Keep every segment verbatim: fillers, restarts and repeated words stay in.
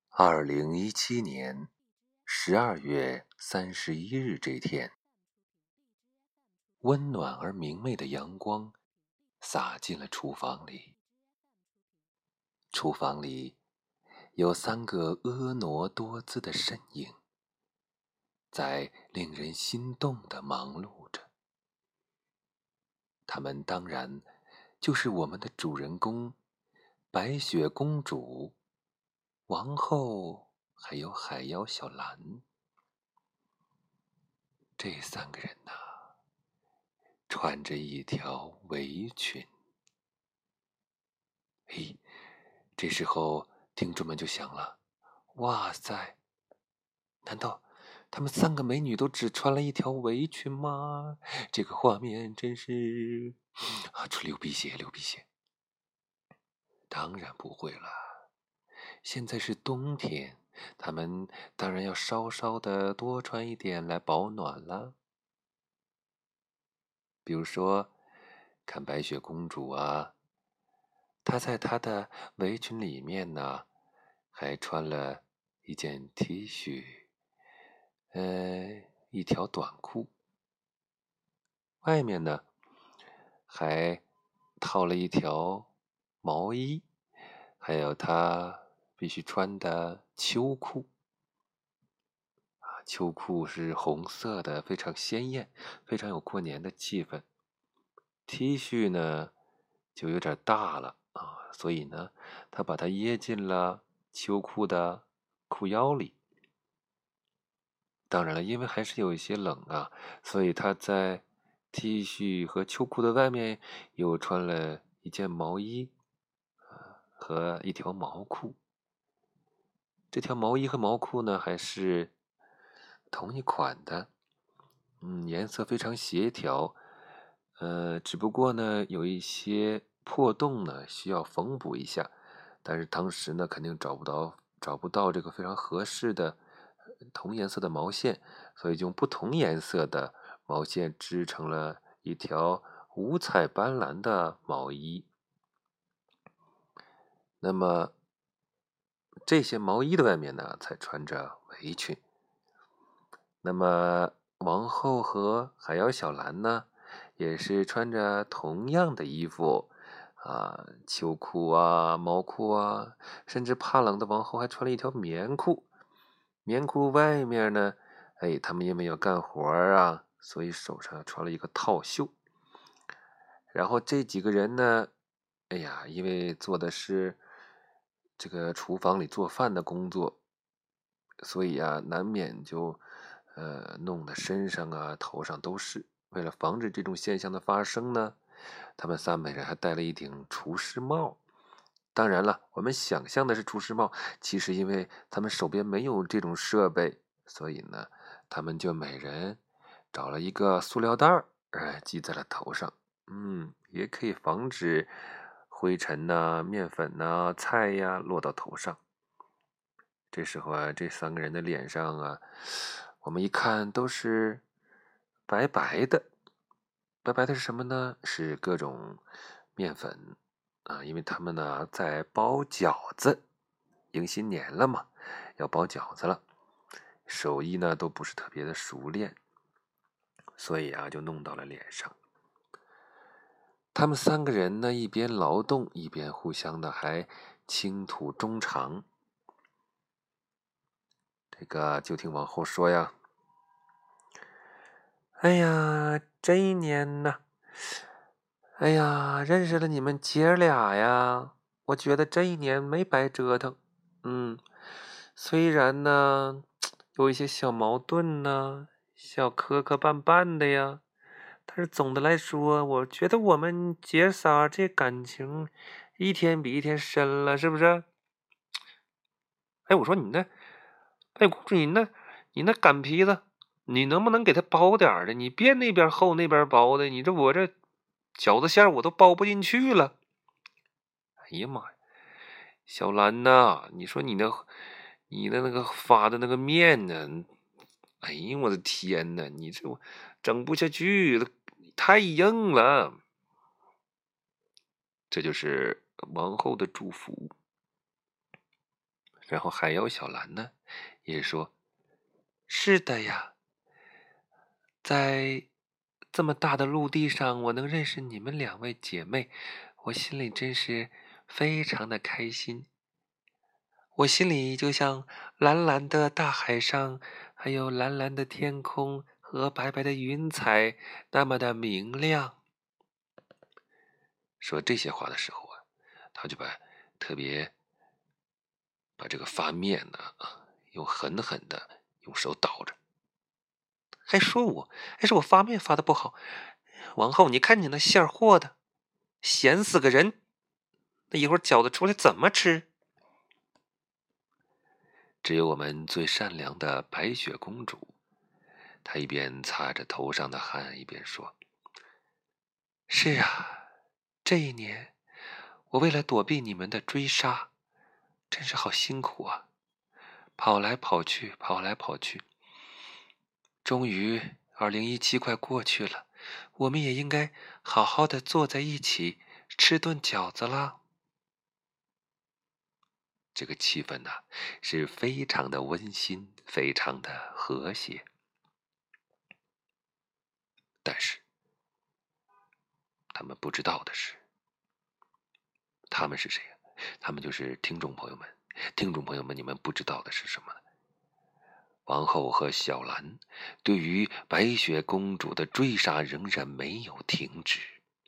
二零一七年十二月三十一日这天，温暖而明媚的阳光洒进了厨房里。厨房里有三个婀娜多姿的身影，在令人心动地忙碌着。他们当然就是我们的主人公白雪公主、王后，还有海妖小兰。这三个人呐、啊，穿着一条围裙。嘿，这时候听众们就想了，哇塞，难道她们三个美女都只穿了一条围裙吗？这个画面真是啊，出流鼻血流鼻血。当然不会了，现在是冬天，她们当然要稍稍的多穿一点来保暖了。比如说看白雪公主啊，她在她的围裙里面呢，还穿了一件 T 恤，呃，一条短裤，外面呢还套了一条毛衣，还有她必须穿的秋裤。啊，秋裤是红色的，非常鲜艳，非常有过年的气氛。T 恤呢就有点大了啊，所以呢，他把它掖进了秋裤的裤腰里。当然了，因为还是有一些冷啊，所以他在 T 恤和秋裤的外面又穿了一件毛衣，啊，和一条毛裤。这条毛衣和毛裤呢，还是同一款的，嗯，颜色非常协调。呃，只不过呢，有一些破洞呢，需要缝补一下。但是当时呢，肯定找不到找不到这个非常合适的同颜色的毛线，所以就用不同颜色的毛线织成了一条五彩斑斓的毛衣。那么这些毛衣的外面呢，才穿着围裙。那么王后和海妖小兰呢，也是穿着同样的衣服啊，秋裤啊，毛裤啊，甚至怕冷的王后还穿了一条棉裤。棉裤外面呢，哎，他们因为要干活啊，所以手上穿了一个套袖。然后这几个人呢，哎呀，因为做的是这个厨房里做饭的工作，所以啊，难免就呃弄得身上啊、头上都是。为了防止这种现象的发生呢，他们三个人还戴了一顶厨师帽。当然了，我们想象的是厨师帽，其实因为他们手边没有这种设备，所以呢，他们就每人找了一个塑料袋儿，呃，系在了头上。嗯，也可以防止灰尘呐、面粉呐、菜呀落到头上。这时候啊，这三个人的脸上啊，我们一看都是白白的。白白的是什么呢？是各种面粉啊，因为他们呢在包饺子，迎新年了嘛，要包饺子了，手艺呢都不是特别的熟练，所以啊就弄到了脸上。他们三个人呢一边劳动，一边互相的还倾吐衷肠。这个就听往后说呀，哎呀，这一年呢，哎呀，认识了你们姐儿俩呀，我觉得这一年没白折腾。嗯，虽然呢有一些小矛盾呢，小磕磕绊绊的呀，但是总的来说，我觉得我们姐仨这感情一天比一天深了，是不是？哎，我说你那，哎，公主，你那，你那擀皮子，你能不能给它薄点儿的？你别那边厚那边薄的，你这我这饺子馅儿我都包不进去了。哎呀妈呀，小兰呐，你说你那，你的那个发的那个面呢？哎呀，我的天呐，你这我整不下去了，太硬了。这就是王后的祝福。 然后海妖小兰呢，也说：“是的呀，在这么大的陆地上，我能认识你们两位姐妹，我心里真是非常的开心。我心里就像蓝蓝的大海上，还有蓝蓝的天空和白白的云彩，那么的明亮。”说这些话的时候啊，他就把特别把这个发面呢，啊，又狠狠的用手捣着，还说我，还说我发面发的不好。王后，你看你那馅儿和的，咸死个人！那一会儿饺子出来怎么吃？只有我们最善良的白雪公主，她一边擦着头上的汗，一边说：“是啊，这一年我为了躲避你们的追杀，真是好辛苦啊，跑来跑去，跑来跑去。终于，二零一七快过去了，我们也应该好好的坐在一起吃顿饺子啦。”这个气氛呢，是非常的温馨，非常的和谐。但是，他们不知道的是，他们是谁呀？他们就是听众朋友们。听众朋友们，你们不知道的是什么呢？王后和小兰对于白雪公主的追杀仍然没有停止。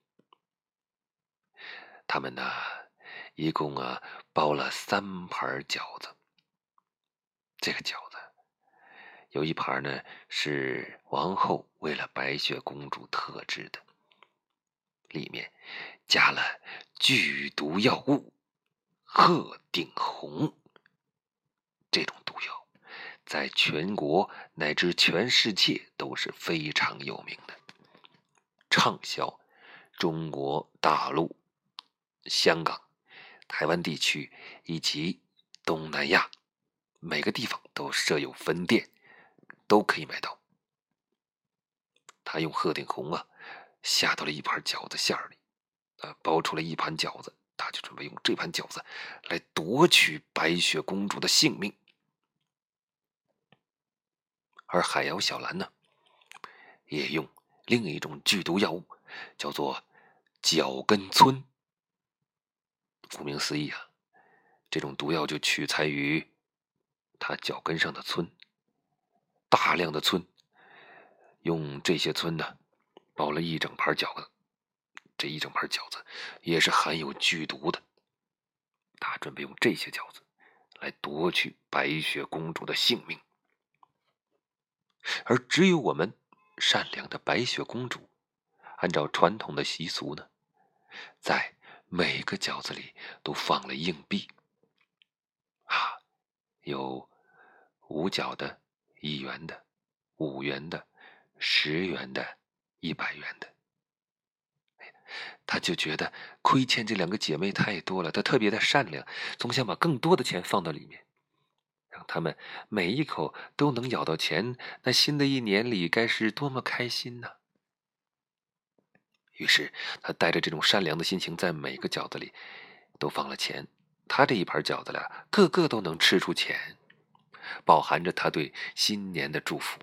他们呢，一共啊包了三盘饺子。这个饺子有一盘呢是王后为了白雪公主特制的，里面加了剧毒药物鹤顶红。这种毒药在全国乃至全世界都是非常有名的，畅销中国大陆、香港、台湾地区以及东南亚，每个地方都设有分店，都可以买到。他用鹤顶红啊下到了一盘饺子馅儿里，啊，包出了一盘饺子，他就准备用这盘饺子来夺取白雪公主的性命。而海妖小兰呢，也用另一种剧毒药物，叫做脚跟村。顾名思义啊，这种毒药就取材于他脚跟上的村，大量的村，用这些村呢包了一整盘饺子。这一整盘饺子也是含有剧毒的，他准备用这些饺子来夺取白雪公主的性命。而只有我们善良的白雪公主，按照传统的习俗呢，在每个饺子里都放了硬币啊，有五角的、一元的、五元的、十元的、一百元的。他就觉得亏欠这两个姐妹太多了，他特别的善良，总想把更多的钱放到里面，让他们每一口都能咬到钱，那新的一年里该是多么开心呢？于是他带着这种善良的心情，在每个饺子里都放了钱。他这一盘饺子俩，个个都能吃出钱，饱含着他对新年的祝福。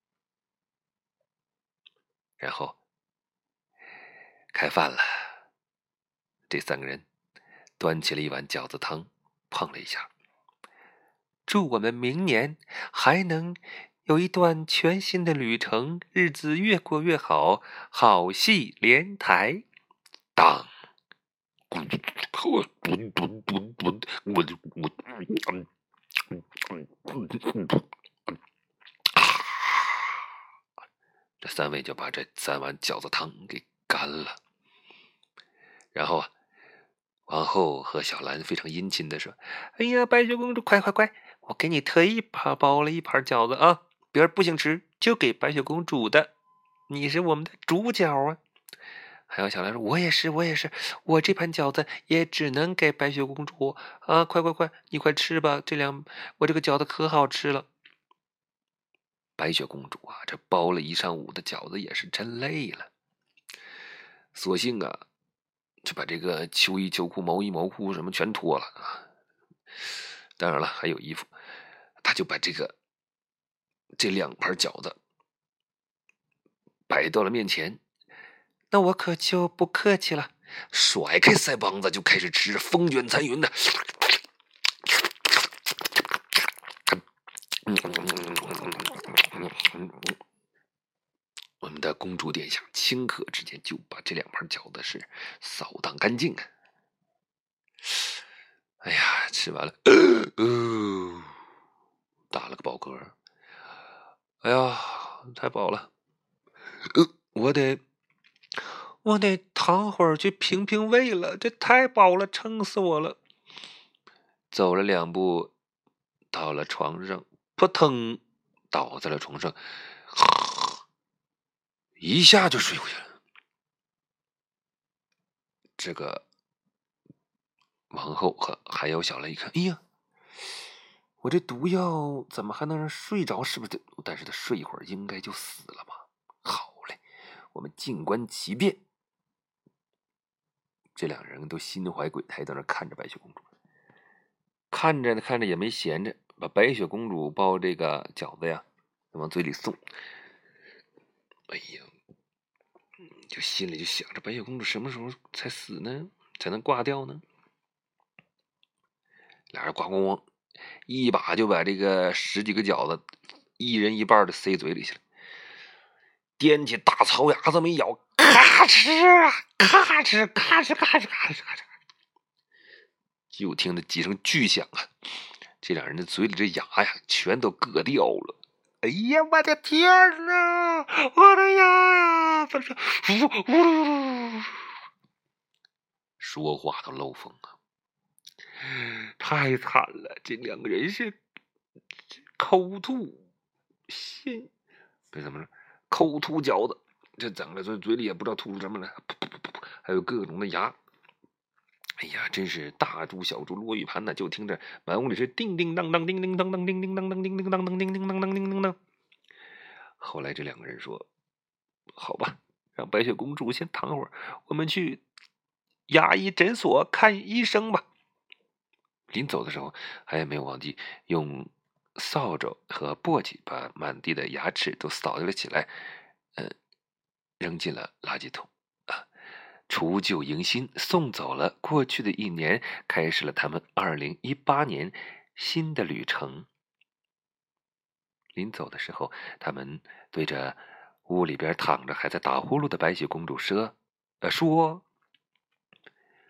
然后开饭了，这三个人端起了一碗饺子汤，碰了一下，祝我们明年还能有一段全新的旅程，日子越过越好，好戏连台。当，这三位就把这三碗饺子汤给干了。然后啊，王后和小兰非常殷勤地说：“哎呀，白雪公主，快快快，我给你特意包包了一盘饺子啊，别人不行吃，就给白雪公主的，你是我们的主角啊！”还有小兰说：“我也是，我也是，我这盘饺子也只能给白雪公主啊！快快快，你快吃吧，这两我这个饺子可好吃了。”白雪公主啊，这包了一上午的饺子也是真累了，索性啊，就把这个秋衣秋裤、毛衣毛裤什么全脱了啊， 当然了，还有衣服，他就把这个这两盘饺子摆到了面前。那我可就不客气了，甩开腮帮子就开始吃，风卷残云的。我们的公主殿下顷刻之间就把这两盘饺子是扫荡干净啊！哎呀，吃完了，呃，打了个饱嗝。哎呀，太饱了，呃，我得，我得躺会儿去平平胃了，这太饱了，撑死我了。走了两步，到了床上，扑腾倒在了床上，一下就睡过去了。这个王后和海妖小兰一看，哎呀，我这毒药怎么还能让人睡着？是不是？但是他睡一会儿应该就死了吧？好嘞，我们静观其变。这两人都心怀鬼胎，在那看着白雪公主，看着呢，看着也没闲着，把白雪公主包这个饺子呀往嘴里送。哎呀，就心里就想着白雪公主什么时候才死呢？才能挂掉呢？俩人咣咣咣，一把就把这个十几个饺子，一人一半的塞嘴里去了。掂起大槽牙这么一咬，咔哧咔哧咔哧咔哧咔哧咔哧，就听着几声巨响啊！这两人的嘴里这牙呀，全都硌掉了。哎呀，我的天哪！我的呀！这是呜呜，说话都漏风啊！太惨了，这两个人是口吐鲜，这怎么了？口吐饺子，这整的嘴嘴里也不知道吐出什么来，噗噗噗噗，还有各种的牙。哎呀，真是大猪小猪落玉盘呢！就听着满屋里是叮叮当当，叮叮当当，叮叮当当，叮叮当当，叮叮当当，叮叮当。后来这两个人说：“好吧，让白雪公主先躺会儿，我们去牙医诊所看医生吧。”临走的时候，还没有忘记用扫帚和簸箕把满地的牙齿都扫了起来，呃，扔进了垃圾桶啊！除旧迎新，送走了过去的一年，开始了他们二零一八年新的旅程。临走的时候，他们对着屋里边躺着还在打呼噜的白雪公主说：“呃，说，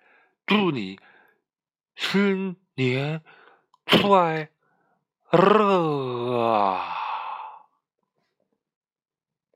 祝你新年快乐。”